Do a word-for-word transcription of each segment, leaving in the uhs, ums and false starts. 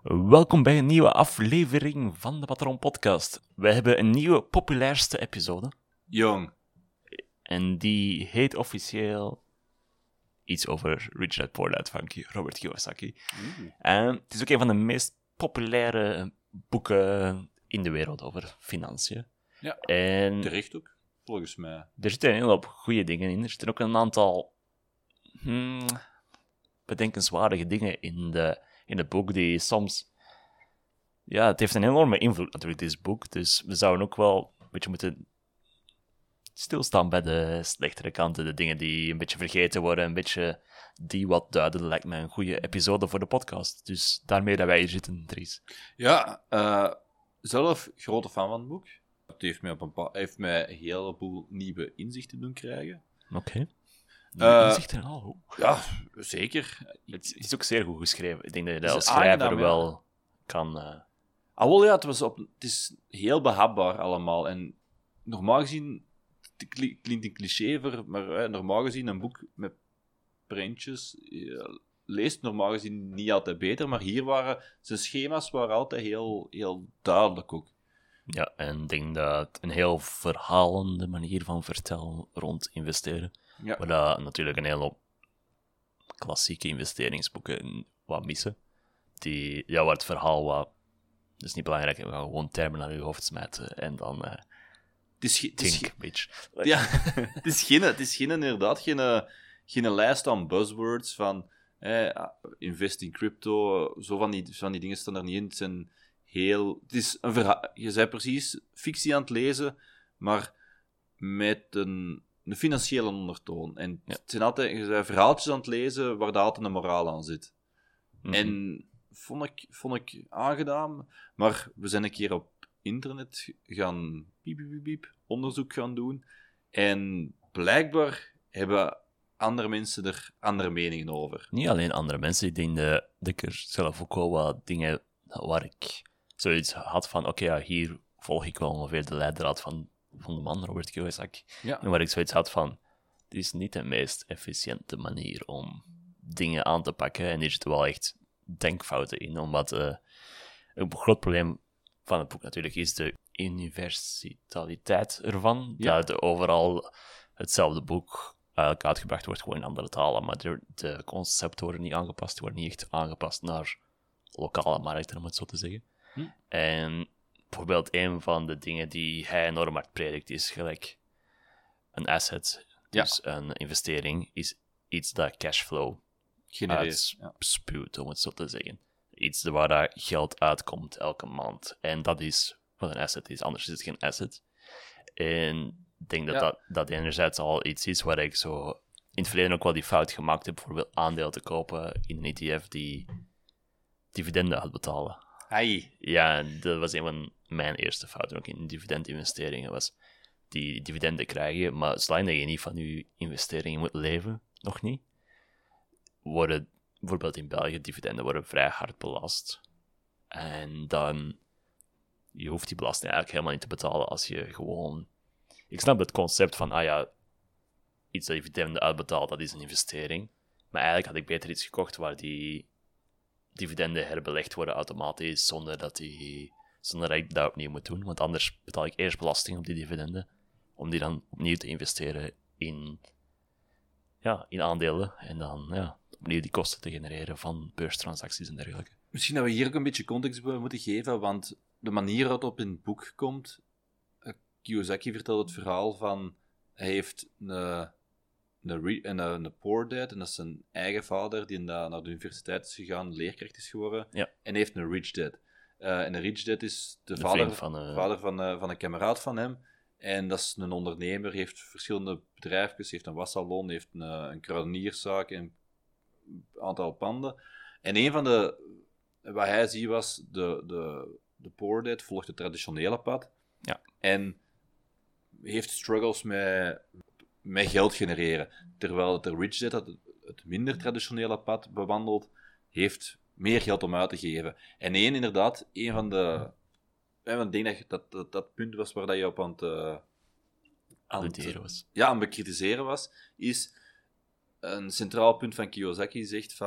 Welkom bij een nieuwe aflevering van de Patron Podcast. We hebben een nieuwe populairste episode. Jong. En die heet officieel iets over Rich Dad Poor Dad van Robert Kiyosaki. En het is ook een van de meest populaire boeken in de wereld over financiën. Ja, en terecht ook, volgens mij. Er zitten een hele hoop goede dingen in. Er zitten ook een aantal hmm, bedenkenswaardige dingen in, de, in het boek die soms... Ja, het heeft een enorme invloed natuurlijk, dit boek. Dus we zouden ook wel een beetje moeten stilstaan bij de slechtere kanten. De dingen die een beetje vergeten worden, een beetje die wat duiden. Dat lijkt me een goede episode voor de podcast. Dus daarmee dat wij hier zitten, Dries. Ja, uh, zelf grote fan van het boek. Het heeft mij, op een pa- heeft mij een heleboel nieuwe inzichten doen krijgen. Oké. Okay. Uh, inzichten al. Ja, zeker. Het is ook zeer goed geschreven. Ik denk dat je dat Het als is schrijver aangenaam, wel ja. kan... Uh... Ah, wel ja, het, was op, het is heel behapbaar allemaal. En normaal gezien, het klinkt een cliché, maar eh, normaal gezien een boek met printjes je leest normaal gezien niet altijd beter, maar hier waren zijn schema's waren altijd heel, heel duidelijk ook. Ja, en ik denk dat het een heel verhalende manier van vertellen rond investeren. Ja. Maar dat natuurlijk een hele hoop klassieke investeringsboeken wat missen. Die, ja, waar het verhaal wat... Dat is niet belangrijk, we gaan gewoon termen naar je hoofd smijten en dan... Uh, het is ge- think, het is ge- bitch. Ja, het is geen, het is geen inderdaad geen, geen lijst aan buzzwords van eh, invest in crypto, zo van die, van die dingen staan er niet in. Het zijn heel... Het is een verha- je bent precies fictie aan het lezen, maar met een, een financiële ondertoon. En ja. het zijn altijd je bent verhaaltjes aan het lezen waar daar altijd een moraal aan zit. Mm-hmm. En vond ik, vond ik aangenaam, maar we zijn een keer op internet gaan piep, piep, piep, onderzoek gaan doen. En blijkbaar hebben andere mensen er andere meningen over. Niet alleen andere mensen. Ik denk dat ik er zelf ook wel wat dingen waar ik zoiets had van, oké, okay, ja, hier volg ik wel ongeveer de leidraad van, van de man, Robert Kiyosaki. Ja. En waar ik zoiets had van, dit is niet de meest efficiënte manier om dingen aan te pakken. En hier zitten wel echt denkfouten in, omdat uh, een groot probleem van het boek natuurlijk is de universaliteit ervan. Ja. Dat overal hetzelfde boek eigenlijk uitgebracht wordt, gewoon in andere talen, maar de, de concepten worden niet aangepast, worden niet echt aangepast naar lokale markten, om het zo te zeggen. Hm. En bijvoorbeeld een van de dingen die hij enorm hard predikt is gelijk een asset, dus ja. een investering, is iets dat cashflow uitspuwt, om het zo te zeggen. Iets waar dat geld uitkomt elke maand. En dat is wat een asset is, anders is het geen asset. En ik denk dat, ja. dat dat enerzijds al iets is waar ik zo in het verleden ook wel die fout gemaakt heb, bijvoorbeeld aandeel te kopen in een E T F die dividenden gaat betalen. Ai. Ja, dat was een van mijn eerste fouten ook in dividendinvesteringen, was die dividenden krijgen, maar zolang je niet van je investeringen moet leven, nog niet, worden bijvoorbeeld in België dividenden worden vrij hard belast. En dan je hoeft die belasting eigenlijk helemaal niet te betalen als je gewoon... Ik snap het concept van, ah ja, iets dat dividenden uitbetaalt, dat is een investering. Maar eigenlijk had ik beter iets gekocht waar die dividenden herbelegd worden automatisch, zonder dat, die, zonder dat ik dat opnieuw moet doen. Want anders betaal ik eerst belasting op die dividenden, om die dan opnieuw te investeren in, ja, in aandelen. En dan ja, opnieuw die kosten te genereren van beurstransacties en dergelijke. Misschien dat we hier ook een beetje context moeten geven, want de manier waarop het op in het boek komt... Kiyosaki vertelt het verhaal van... Hij heeft een, een, een, een poor dad, en dat is zijn eigen vader, die naar de universiteit is gegaan, leerkracht is geworden. Ja. En hij heeft een rich dad. Uh, en een rich dad is de, de vader, van, uh... vader van, uh, van een kameraad van hem. En dat is een ondernemer, heeft verschillende bedrijfjes, heeft een wassalon, heeft een, een kruidenierszaak en een aantal panden. En een van de... Wat hij ziet was, de, de, de poor dad volgt het traditionele pad. Ja. En heeft struggles met, met geld genereren. Terwijl de rich dad, het, het minder traditionele pad bewandelt, heeft meer geld om uit te geven. En één, inderdaad, een van de... Ik denk dat dat, dat dat punt was waar dat je op aan het... Uh, aan het was. Ja, aan het bekritiseren was, is een centraal punt van Kiyosaki zegt van...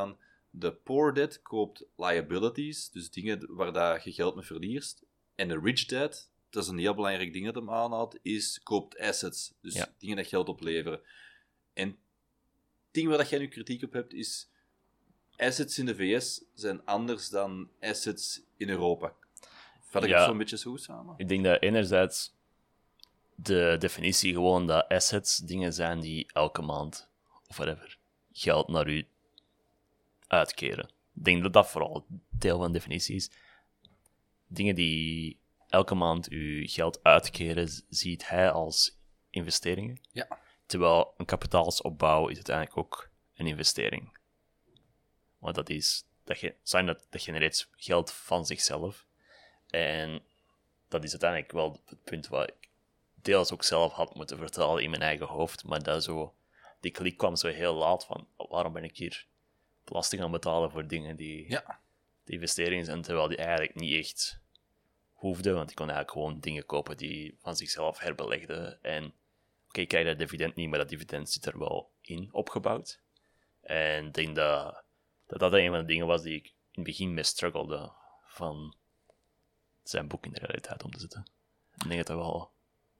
De poor dad koopt liabilities, dus dingen waar dat je geld mee verliest. En de rich dad, dat is een heel belangrijk ding dat hem aanhaalt, is koopt assets. Dus Ja. dingen dat geld opleveren. En het ding waar dat jij nu kritiek op hebt, is assets in de V S zijn anders dan assets in Europa. Vat ik Ja. het zo'n beetje zo samen? Ik denk dat enerzijds de definitie gewoon dat assets dingen zijn die elke maand, of whatever, geld naar u uitkeren. Ik denk dat dat vooral deel van de definitie is. Dingen die elke maand uw geld uitkeren, z- ziet hij als investeringen. Ja. Terwijl een kapitaalsopbouw is uiteindelijk ook een investering. Want dat is, dat, ge, zijn dat, dat genereert geld van zichzelf. En dat is uiteindelijk wel het punt waar ik deels ook zelf had moeten vertalen in mijn eigen hoofd. Maar dat zo, die klik kwam zo heel laat van, waarom ben ik hier belasting aan betalen voor dingen die, Ja. die investeringen zijn, terwijl die eigenlijk niet echt hoefden. Want ik kon eigenlijk gewoon dingen kopen die van zichzelf herbelegden. En oké, okay, ik krijg dat dividend niet, maar dat dividend zit er wel in opgebouwd. En ik denk dat dat, dat een van de dingen was die ik in het begin mee struggelde van zijn boek in de realiteit om te zetten. Ik denk dat dat wel...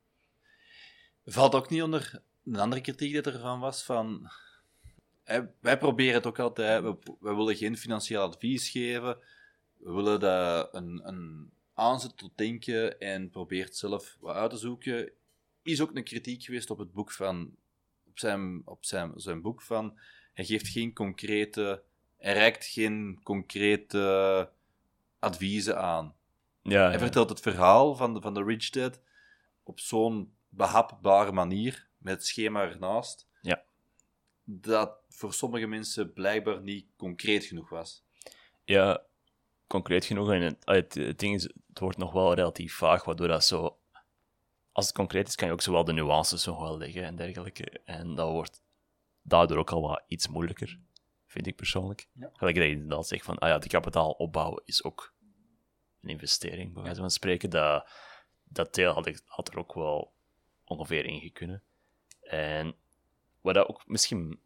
Valt ook niet onder een andere kritiek dat er ervan was van... Hè, wij proberen het ook altijd... We, we willen geen financieel advies geven. We willen dat een, een aanzet tot denken en probeert zelf wat uit te zoeken. Is ook een kritiek geweest op het boek van... Op zijn, op zijn, zijn boek van... Hij geeft geen concrete... Hij reikt geen concrete adviezen aan. Ja, Hij ja. vertelt het verhaal van de, van de Rich Dad op zo'n behapbare manier, met het schema ernaast, Ja. dat voor sommige mensen blijkbaar niet concreet genoeg was. Ja, concreet genoeg. En het, het, het ding is, het wordt nog wel relatief vaag, waardoor dat zo... Als het concreet is, kan je ook zowel de nuances nog wel leggen en dergelijke. En dat wordt daardoor ook al wat iets moeilijker, vind ik persoonlijk. Ja. Gelijk dat je inderdaad zegt van, ah ja, de kapitaalopbouw is ook een investering, bij wijze van spreken. Dat, dat deel had, ik, had er ook wel ongeveer in gekund. En wat dat ook misschien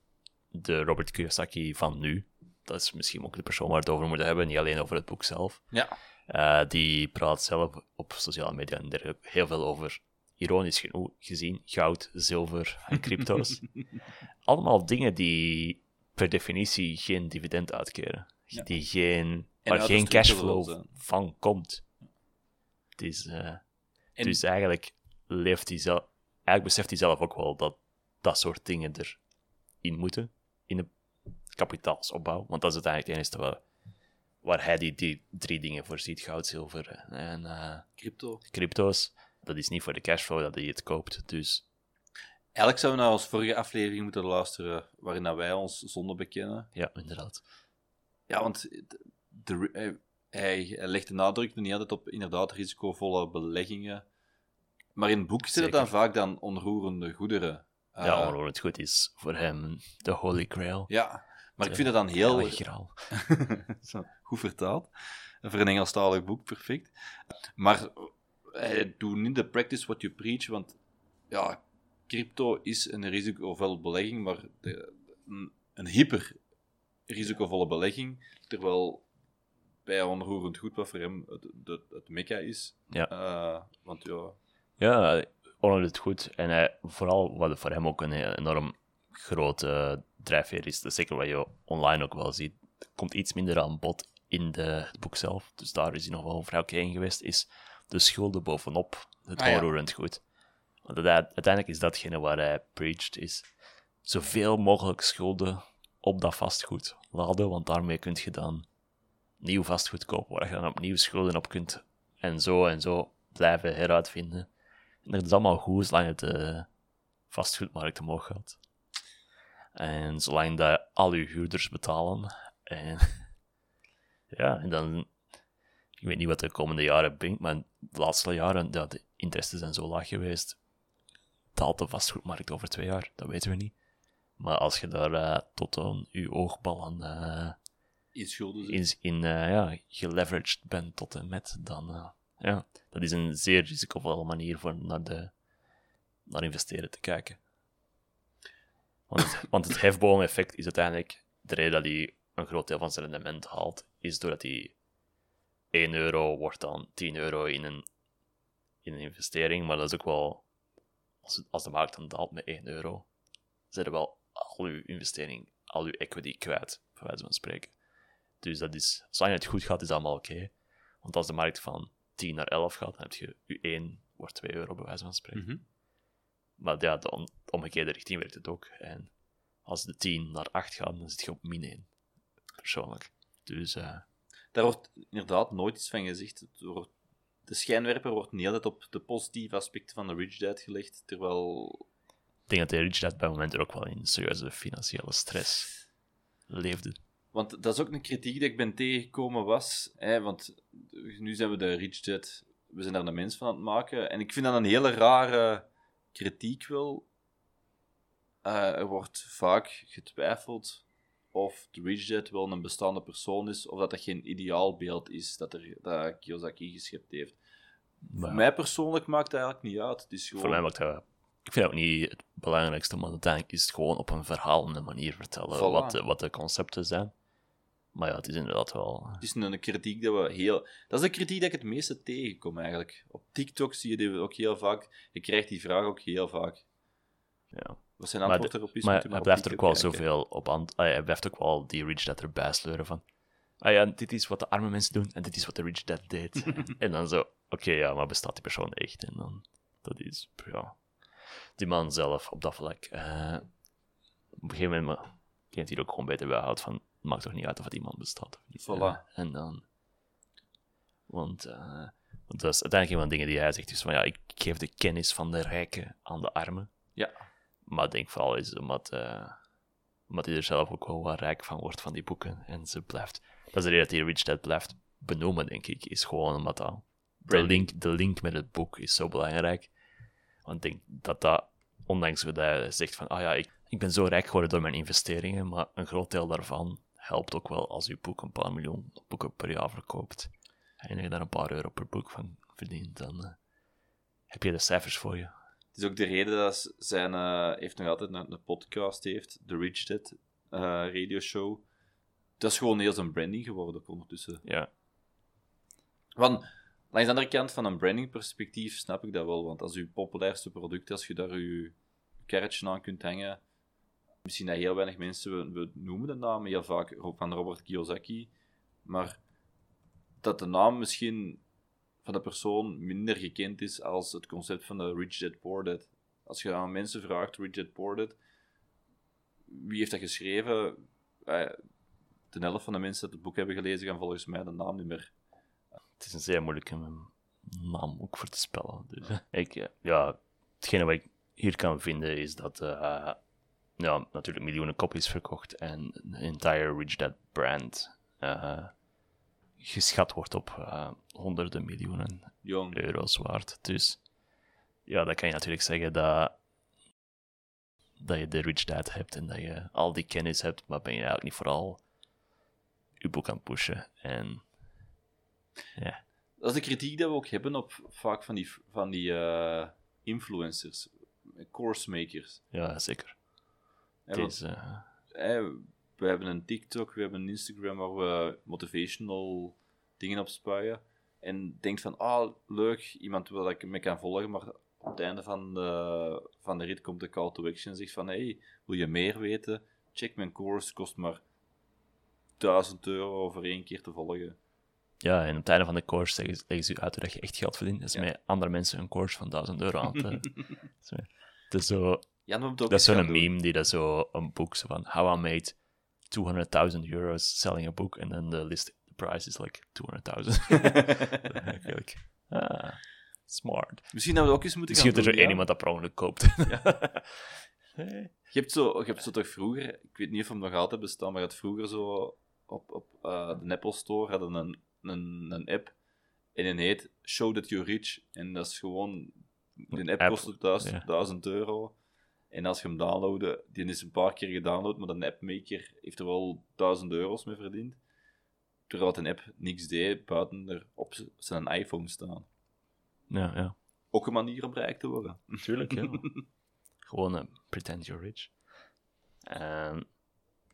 de Robert Kiyosaki van nu, dat is misschien ook de persoon waar we het over moeten hebben, niet alleen over het boek zelf. Ja. Uh, die praat zelf op sociale media en dergelijke heel veel over, ironisch genoeg gezien, goud, zilver en crypto's. Allemaal dingen die per definitie geen dividend uitkeren. Ja. Die geen, En waar uit de geen structuur cashflow zijn. van komt. Het is, uh, En- Dus eigenlijk leeft hij zelf, eigenlijk beseft hij zelf ook wel dat dat soort dingen erin moeten, in de kapitaalsopbouw. Want dat is uiteindelijk het enige waar, waar hij die, die drie dingen voor ziet: goud, zilver en uh, Crypto. crypto's. Dat is niet voor de cashflow dat hij het koopt. Dus Eigenlijk zouden we naar onze vorige aflevering moeten luisteren, waarin dat wij ons zonde bekennen. ja, inderdaad. Ja, want de, de- hij, hij, hij legt de nadruk niet altijd op inderdaad risicovolle beleggingen. Maar in het boek zit het dan Zeker. vaak dan onroerende goederen. Uh, Ja, onroerend goed is voor hem de holy grail. Ja, maar ik De vind het dan heel... heilige graal. Zo, goed vertaald. Voor een Engelstalig boek, perfect. Maar hij doet niet de practice what you preach, want ja, crypto is een risicovolle belegging, maar de, een, een hyper risicovolle belegging, terwijl bij onroerend goed wat voor hem het, het, het mekka is. Ja. Uh, want ja... Ja, onroerend goed. En hij, vooral wat voor hem ook een enorm grote drijfveer is, dat is zeker wat je online ook wel ziet, er komt iets minder aan bod in de, het boek zelf, dus daar is hij nog wel vrij oké in geweest, is de schulden bovenop het Ah, ja. onroerend goed. Want dat- uiteindelijk is datgene waar hij preached, is zoveel mogelijk schulden op dat vastgoed laden, want daarmee kun je dan nieuw vastgoed kopen, waar je dan opnieuw schulden op kunt en zo en zo blijven heruitvinden. En dat is allemaal goed, zolang het de vastgoedmarkt omhoog gaat. En zolang dat al uw huurders betalen. En ja, en dan... Ik weet niet wat de komende jaren brengt, maar de laatste jaren, ja, de interesten zijn zo laag geweest. Daalt de vastgoedmarkt over twee jaar? Dat weten we niet. Maar als je daar uh, tot aan je oogballen uh, In schulden zit. in, in uh, ja, geleveraged bent tot en met, dan... Uh, ja, dat is een zeer risicovolle manier voor naar, de, naar investeren te kijken. Want het, want het hefboom-effect is uiteindelijk de reden dat hij een groot deel van zijn rendement haalt, is doordat hij één euro wordt dan tien euro in een, in een investering. Maar dat is ook wel, als, als de markt dan daalt met één euro, zijn er wel al uw investering, al uw equity kwijt, bij wijze van spreken. Dus dat is, zolang het goed gaat, is dat allemaal oké. Okay. Want als de markt van tien naar elf gaat, dan heb je je één wordt twee euro, bij wijze van spreken. Mm-hmm. Maar ja, de, om, de omgekeerde richting werkt het ook. En als de tien naar acht gaat, dan zit je op min één. Persoonlijk. Dus... Uh... Daar wordt inderdaad nooit iets van gezegd. Het wordt, de schijnwerper wordt niet altijd op de positieve aspecten van de Rich Dad gelegd, terwijl... Ik denk dat de Rich Dad bij momenten ook wel in serieuze financiële stress leefde. Want dat is ook een kritiek die ik ben tegengekomen was. Hè, want nu zijn we de Rich Dad... We zijn daar een mens van aan het maken. En ik vind dat een hele rare kritiek wel. Uh, er wordt vaak getwijfeld of de Rich Dad wel een bestaande persoon is, of dat dat geen ideaalbeeld is dat, er, dat Kiyosaki geschept heeft. Maar... Voor mij persoonlijk maakt dat eigenlijk niet uit. Het is gewoon... Voor mij maakt dat... Ik vind dat ook niet het belangrijkste, maar uiteindelijk is het gewoon op een verhalende manier vertellen voilà. wat, de, wat de concepten zijn. Maar ja, het is inderdaad wel... Het is een kritiek dat we heel... Dat is de kritiek dat ik het meeste tegenkom, eigenlijk. Op TikTok zie je die ook heel vaak. Je krijgt die vraag ook heel vaak. Ja. Wat zijn antwoord maar erop is? Maar hij blijft er ook wel kijken. zoveel op aan... Ah, hij blijft ook wel die Rich Dad erbij sleuren van... Ah ja, dit is wat de arme mensen doen en dit is wat de Rich Dad deed. En dan zo... Oké, okay, ja, maar bestaat die persoon echt? En dan... Dat is... Ja... Die man zelf, op dat vlak... Uh, op een gegeven moment... Maar, ik denk dat hij er ook gewoon beter bij houdt van... Het maakt toch niet uit of die man bestaat of niet. Voilà. Uh, en dan... Want... Uh, want dat is uiteindelijk een van de dingen die hij zegt. Dus van ja, ik geef de kennis van de rijken aan de armen. Ja. Maar ik denk vooral is omdat, uh, omdat hij er zelf ook wel wat rijk van wordt van die boeken. En ze blijft... Dat is de reden dat hij Rich Dad blijft benoemen, denk ik. Is gewoon omdat dat... De link, de link met het boek is zo belangrijk. Want ik denk dat dat... Ondanks dat hij zegt van... Ah ja, ik, ik ben zo rijk geworden door mijn investeringen. Maar een groot deel daarvan helpt ook wel als je boek een paar miljoen boeken per jaar verkoopt. En je daar een paar euro per boek van verdient. Dan uh, heb je de cijfers voor je. Het is ook de reden dat zijn uh, heeft nog altijd een, een podcast heeft, de Rich Dad uh, radio show. Dat is gewoon heel zijn branding geworden ook ondertussen. Ja. Want langs de andere kant van een branding perspectief snap ik dat wel, want als je populairste product, als je daar je karretje aan kunt hangen, misschien dat heel weinig mensen, we, we noemen de naam heel vaak van Robert Kiyosaki, maar dat de naam misschien van de persoon minder gekend is als het concept van de Rich Dad Poor Dad. Als je aan mensen vraagt, Rich Dad Poor Dad, wie heeft dat geschreven? Eh, de helft van de mensen die het boek hebben gelezen gaan volgens mij de naam niet meer. Het is een zeer moeilijke naam ook voor te spellen. Dus, ik, ja, hetgene wat ik hier kan vinden is dat uh, ja, natuurlijk miljoenen kopies verkocht en de entire Rich Dad brand uh, geschat wordt op uh, honderden miljoenen Jong. euro's waard. Dus ja, dan kan je natuurlijk zeggen dat, dat je de Rich Dad hebt en dat je al die kennis hebt, maar ben je eigenlijk niet vooral je boek aan het pushen. En ja. Dat is de kritiek die we ook hebben op vaak van die, van die uh, influencers, coursemakers. Ja, zeker. Ja, het is, uh... hey, we hebben een TikTok, we hebben een Instagram waar we motivational dingen op spuien. En denkt van, ah, oh, leuk, iemand wil dat ik me kan volgen, maar op het einde van de, van de rit komt de call to action en zegt van, hey, wil je meer weten? Check mijn course, kost maar duizend euro voor één keer te volgen. Ja, en op het einde van de course leggen ze, leggen ze uit dat je echt geld verdient. Dat is ja. met andere mensen een course van duizend euro aan te... Het is zo... Ja, dat dat is zo'n meme die dat zo een boek zo van how I made two hundred thousand euros selling a book and then the list the price is like two hundred thousand. like, ah, smart. Misschien dat we ook eens moeten Misschien gaan dat er zo één ja? iemand dat per ongeluk koopt. Ja. Hey. Je hebt zo, je hebt zo toch vroeger, ik weet niet of hem nog altijd bestaat, maar je had vroeger zo op, op uh, de Apple Store hadden een, een, een app en die heet Show That You're Rich. En dat is gewoon, die app, app kostte duizend, duizend euro. En als je hem downloadde, die is een paar keer gedownload, maar de appmaker heeft er wel duizend euro's mee verdiend. Terwijl een app niks deed, buiten er op zijn iPhone staan. Ja, ja. Ook een manier om rijk te worden. Natuurlijk, ja. Gewoon uh, pretend you're rich. Um,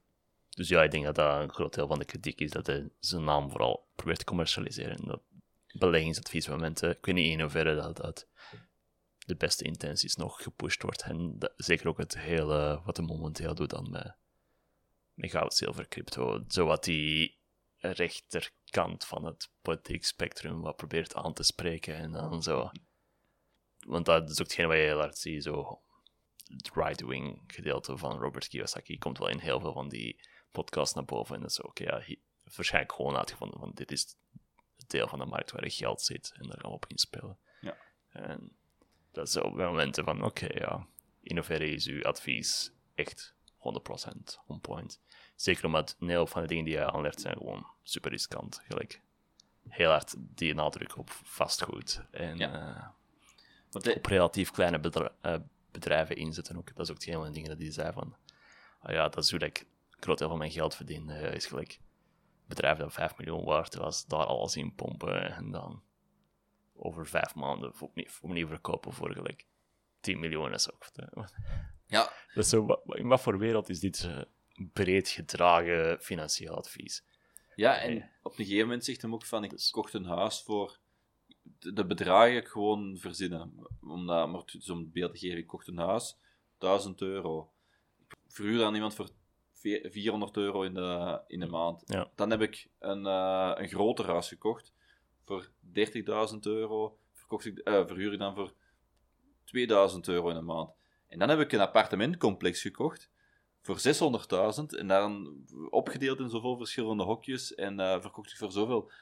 Dus ja, ik denk dat dat een groot deel van de kritiek is, dat hij zijn naam vooral probeert te commercialiseren. En dat beleggingsadviesmomenten, ik weet niet in hoeverre dat dat de beste intenties nog gepusht wordt. En dat, zeker ook het hele, wat hij momenteel doet dan met, met goud, zilver, crypto. Zowat die rechterkant van het politiek spectrum wat probeert aan te spreken en dan zo. Want dat is ook hetgeen wat je heel hard ziet, zo het right-wing gedeelte van Robert Kiyosaki komt wel in heel veel van die podcasts naar boven. En dat is ook, ja, hij heeft waarschijnlijk gewoon uitgevonden van dit is het deel van de markt waar er geld zit en daar gaan we op inspelen. Ja. En dat is op momenten van, oké, okay, ja, in hoeverre is uw advies echt honderd procent on point. Zeker omdat een heel van de dingen die je aanleert zijn gewoon super riskant. Gelijk heel hard die nadruk op vastgoed en Ja. uh, de... op relatief kleine bedra- uh, bedrijven inzetten ook. Dat is ook het een van de dingen dat hij zei van, ah ja, dat is hoe ik een groot deel van mijn geld verdien. Uh, is gelijk bedrijf dat vijf miljoen waard was, daar alles in pompen en dan over vijf maanden opnieuw verkopen voor gelijk tien miljoen is ook. Ja. Dus zo, in wat voor wereld is dit uh, breed gedragen financieel advies? Ja, en nee. Op een gegeven moment zegt hij ook van, ik dus. kocht een huis voor de, de bedragen ik gewoon verzinnen. Om, dat, maar dus om het beeld te geven, ik kocht een huis, duizend euro. Ik verhuur aan iemand voor vierhonderd euro in de, in de maand. Ja. Dan heb ik een, uh, een groter huis gekocht voor dertigduizend euro. Verkocht ik, uh, verhuur ik dan voor tweeduizend euro in de maand. En dan heb ik een appartementcomplex gekocht voor zeshonderdduizend en dan opgedeeld in zoveel verschillende hokjes en uh, verkocht ik voor zoveel.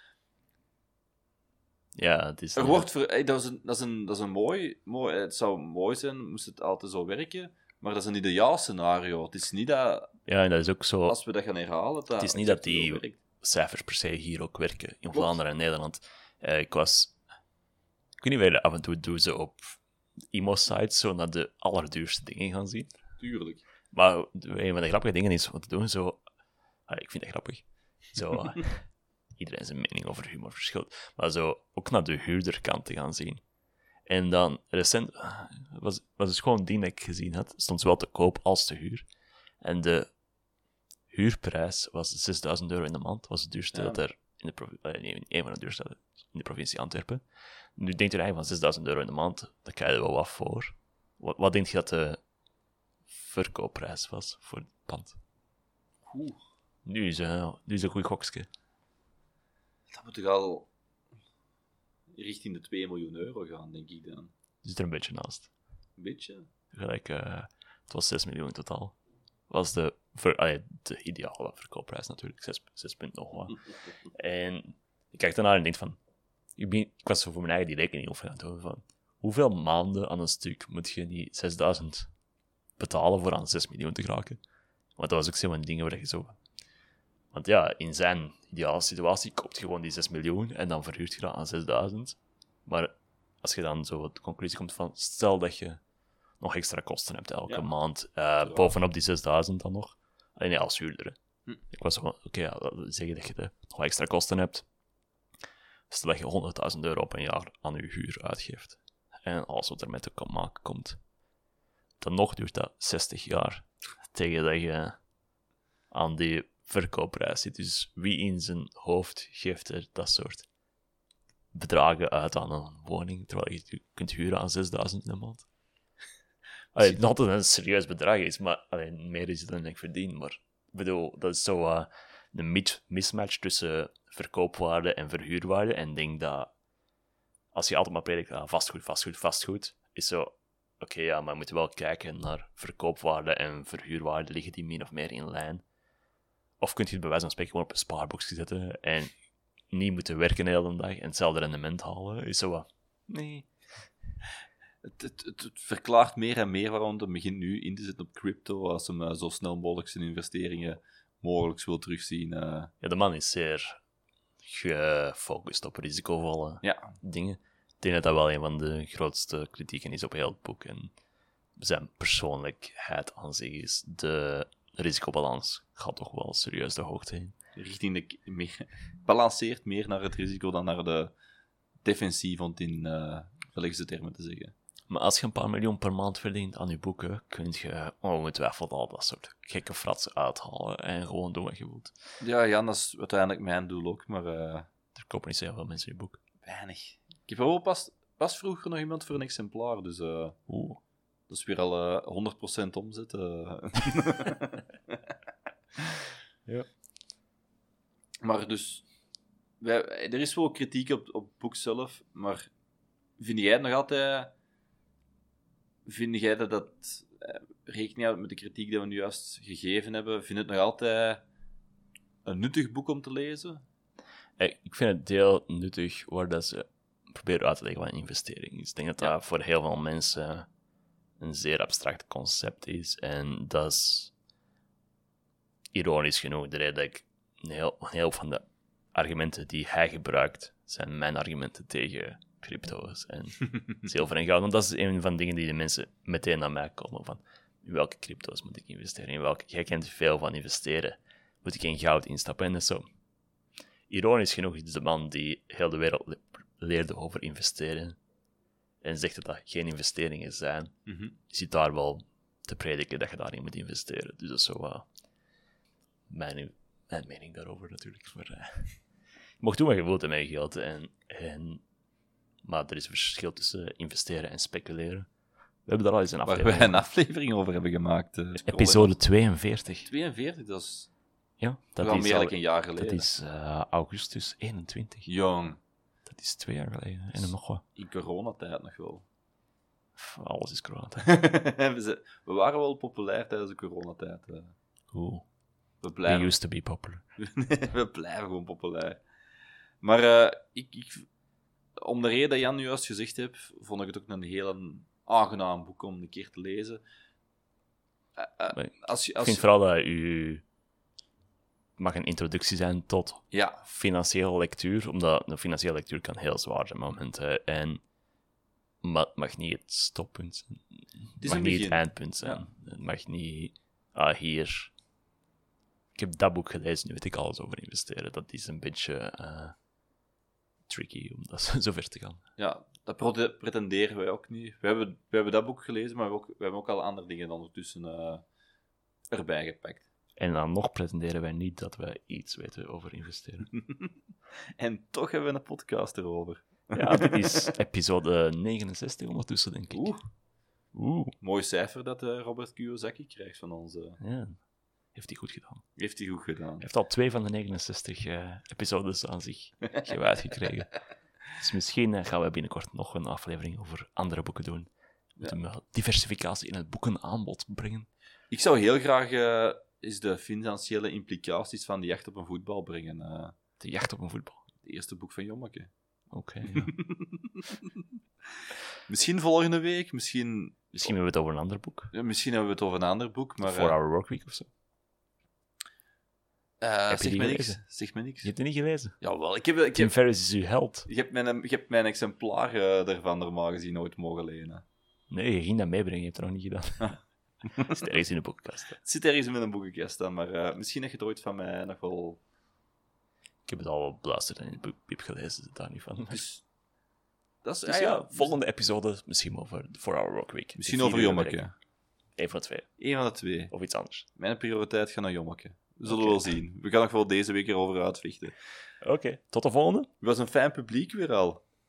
Ja, het is... Er wordt ver... hey, dat, is een, dat, is een, dat is een mooi, mooi... Het zou mooi zijn, moest het altijd zo werken, maar dat is een ideaal scenario. Het is niet dat... Ja, en dat is ook zo... Als we dat gaan herhalen... Dat het is niet dat die cijfers per se hier ook werken, in Klopt. Vlaanderen en Nederland. Uh, ik was... Ik weet niet waar je af en toe doen ze op emo-sites zo naar de allerduurste dingen gaan zien. Tuurlijk. Maar een van de grappige dingen is wat te doen, zo... Ah, ik vind dat grappig. Zo... Iedereen zijn mening over humor verschilt. Maar zo ook naar de huurderkant te gaan zien. En dan recent... Was, was dus gewoon die dat ik gezien had. Stond zowel te koop als te huur. En de huurprijs was zesduizend euro in de maand. Was het duurste ja. dat er... In de provi- nee, een van de duurste in de provincie Antwerpen. Nu denkt u eigenlijk van zesduizend euro in de maand. Daar krijg je wel wat voor. Wat, wat denk je dat de verkoopprijs was voor het pand? Oeh. Nu is, uh, nu is een goed gokje. Dat moet toch al richting de twee miljoen euro gaan, denk ik dan. Zit er een beetje naast. Een beetje? Gelijk, uh, het was zes miljoen in totaal. Was de, ver, allee, de ideale verkoopprijs natuurlijk, zes, zes punt nog wat. En ik kijk daarnaar en denk van, ik, ben, ik was zo voor mijn eigen die rekening over aan het doen van, hoeveel maanden aan een stuk moet je die zesduizend betalen voor aan zes miljoen te geraken? Want dat was ook zo van dingen waar je zo... Want ja, in zijn ideale situatie koopt je gewoon die zes miljoen en dan verhuurt je dat aan zesduizend. Maar als je dan zo de conclusie komt van, stel dat je nog extra kosten hebt elke ja. maand, uh, bovenop die zesduizend dan nog. Alleen ja, als huurder. Hm. Ik was zo van, oké, okay, ja, zeggen dat je de, nog extra kosten hebt. Stel dat je honderdduizend euro op een jaar aan je huur uitgeeft. En alles wat ermee te maken komt. Dan nog duurt dat zestig jaar tegen dat je aan die verkoopprijs zit. Dus wie in zijn hoofd geeft er dat soort bedragen uit aan een woning, terwijl je het kunt huren aan zesduizend in de maand? Allee, het altijd een serieus bedrag is, maar allee, meer is het dan ik verdien. Maar ik bedoel, dat is zo uh, een mismatch tussen verkoopwaarde en verhuurwaarde. En ik denk dat als je altijd maar predikt, ah, vastgoed, vastgoed, vastgoed, is zo, oké, okay, ja, maar we moeten wel kijken naar verkoopwaarde en verhuurwaarde, liggen die min of meer in lijn. Of kun je het bij wijze van spreken gewoon op een spaarboekje zetten en niet moeten werken de hele dag en hetzelfde rendement halen. Is zo wat, nee. Het, het, het, het verklaart meer en meer waarom hij begint nu in te zetten op crypto, als hij uh, zo snel mogelijk zijn investeringen mogelijk wil terugzien. Uh. Ja, de man is zeer gefocust op risicovolle ja. dingen. Ik denk dat dat wel een van de grootste kritieken is op heel het boek. En zijn persoonlijkheid aan zich is de risicobalans gaat toch wel serieus de hoogte in. Richting de... Meer, balanceert meer naar het risico dan naar de defensief, om het in uh, Belgische termen te zeggen. Maar als je een paar miljoen per maand verdient aan je boeken, kun je ongetwijfeld al dat soort gekke fratsen uithalen en gewoon doen wat je wilt. Ja, Jan, dat is uiteindelijk mijn doel ook, maar uh, Er kopen niet zo heel veel mensen je boek. weinig. Ik heb wel pas, pas vroeger nog iemand voor een exemplaar, dus uh, Oeh. dat is weer al uh, honderd procent omzet. Uh. Ja. Maar dus, wij, er is wel kritiek op, op het boek zelf, maar vind jij het nog altijd... Vind jij dat dat... Eh, rekening houdt met de kritiek die we nu juist gegeven hebben, vind je het nog altijd een nuttig boek om te lezen? Ik vind het heel nuttig waar dat ze proberen uit te leggen wat een investering is. Ik denk dat dat Ja. voor heel veel mensen een zeer abstract concept is. En dat is ironisch genoeg de reden dat ik een heel, een heel van de argumenten die hij gebruikt, zijn mijn argumenten tegen crypto's en zilver en goud. Want dat is een van de dingen die de mensen meteen naar mij komen van in welke crypto's moet ik investeren, in welke, jij kent veel van investeren, moet ik in goud instappen en zo. Ironisch genoeg is de man die heel de wereld le- leerde over investeren en zegt dat dat geen investeringen zijn, Mm-hmm. zit daar wel te prediken dat je daarin moet investeren. Dus dat is zo uh, mijn, mijn mening daarover natuurlijk. Maar, uh, je mag doen wat je wilt met je geld. En, en, maar er is een verschil tussen investeren en speculeren. We hebben daar al eens een Waar aflevering wij een aflevering over hebben gemaakt. Uh, Episode tweeënveertig. tweeënveertig, dat is Ja, dat wel is, meer al- dan een jaar geleden. dat is uh, augustus eenentwintig. Jong, Dat is twee jaar geleden. En dan nog wat. in coronatijd nog wel. Pff, Alles is corona. we, zijn- we waren wel populair tijdens de coronatijd. uh. Oeh. We We blijven, used to be popular. we blijven gewoon populair. Maar uh, ik, ik, om de reden dat Jan nu juist gezegd heeft, vond ik het ook een heel aangenaam boek om een keer te lezen. Uh, uh, Maar als je, Ik als vind je- vooral dat u mag een introductie zijn tot Ja, financiële lectuur, omdat een financiële lectuur kan heel zwaar zijn momenten. En maar het mag niet het stoppunt zijn. Het is mag een niet begin. het eindpunt zijn. Het mag niet... Ah, hier... Ik heb dat boek gelezen, nu weet ik alles over investeren. Dat is een beetje eh, tricky om dat zo ver te gaan. ja, dat prote- pretenderen wij ook niet. We hebben, we hebben dat boek gelezen, maar we, ook, we hebben ook al andere dingen ondertussen uh, erbij gepakt. En dan nog pretenderen wij niet dat wij iets weten over investeren. En toch hebben we een podcast erover. Ja, dit is episode negenenzestig ondertussen, denk ik. Oeh, Oeh. mooi cijfer dat uh, Robert Kiyosaki krijgt van ons. Uh, Ja, heeft hij goed gedaan. heeft hij goed gedaan. Hij heeft al twee van de negenenzestig uh, episodes aan zich gewijd gekregen. Dus misschien uh, gaan we binnenkort nog een aflevering over andere boeken doen. We moeten ja. diversificatie in het boekenaanbod brengen. Ik zou heel graag uh, eens de financiële implicaties van de jacht op een voetbal brengen. Uh, de jacht op een voetbal? Het eerste boek van Jommeke. Oké, okay, ja. Misschien volgende week, misschien... Misschien hebben we het over een ander boek. Ja, misschien hebben we het over een ander boek, maar... four hour Workweek of zo. Uh, heb zeg, je me niks. niks. zeg me niks. Je hebt het niet gelezen? Jawel, ik heb... Ik Tim heb... Ferriss is uw held. Je hebt mijn, je hebt mijn exemplaar uh, daarvan normaal gezien nooit mogen lenen. Nee, je ging dat meebrengen, je hebt het nog niet gedaan. Het zit ergens in de boekenkast. Het zit ergens in mijn boekenkast dan, maar uh, misschien heb je het ooit van mij nog wel... Ik heb het al beluisterd en in de piep gelezen, zit daar niet van. Dus, dat is, Dus ah, ja, ja, volgende episode misschien over de four hour Workweek. Misschien over Jommeke. Eén van de twee. Eén van de twee. Of iets anders. Mijn prioriteit gaat naar Jommeke. We zullen Okay. wel zien. We gaan nog wel deze week erover uitvechten. Oké, okay, tot de volgende. Het was een fijn publiek weer al.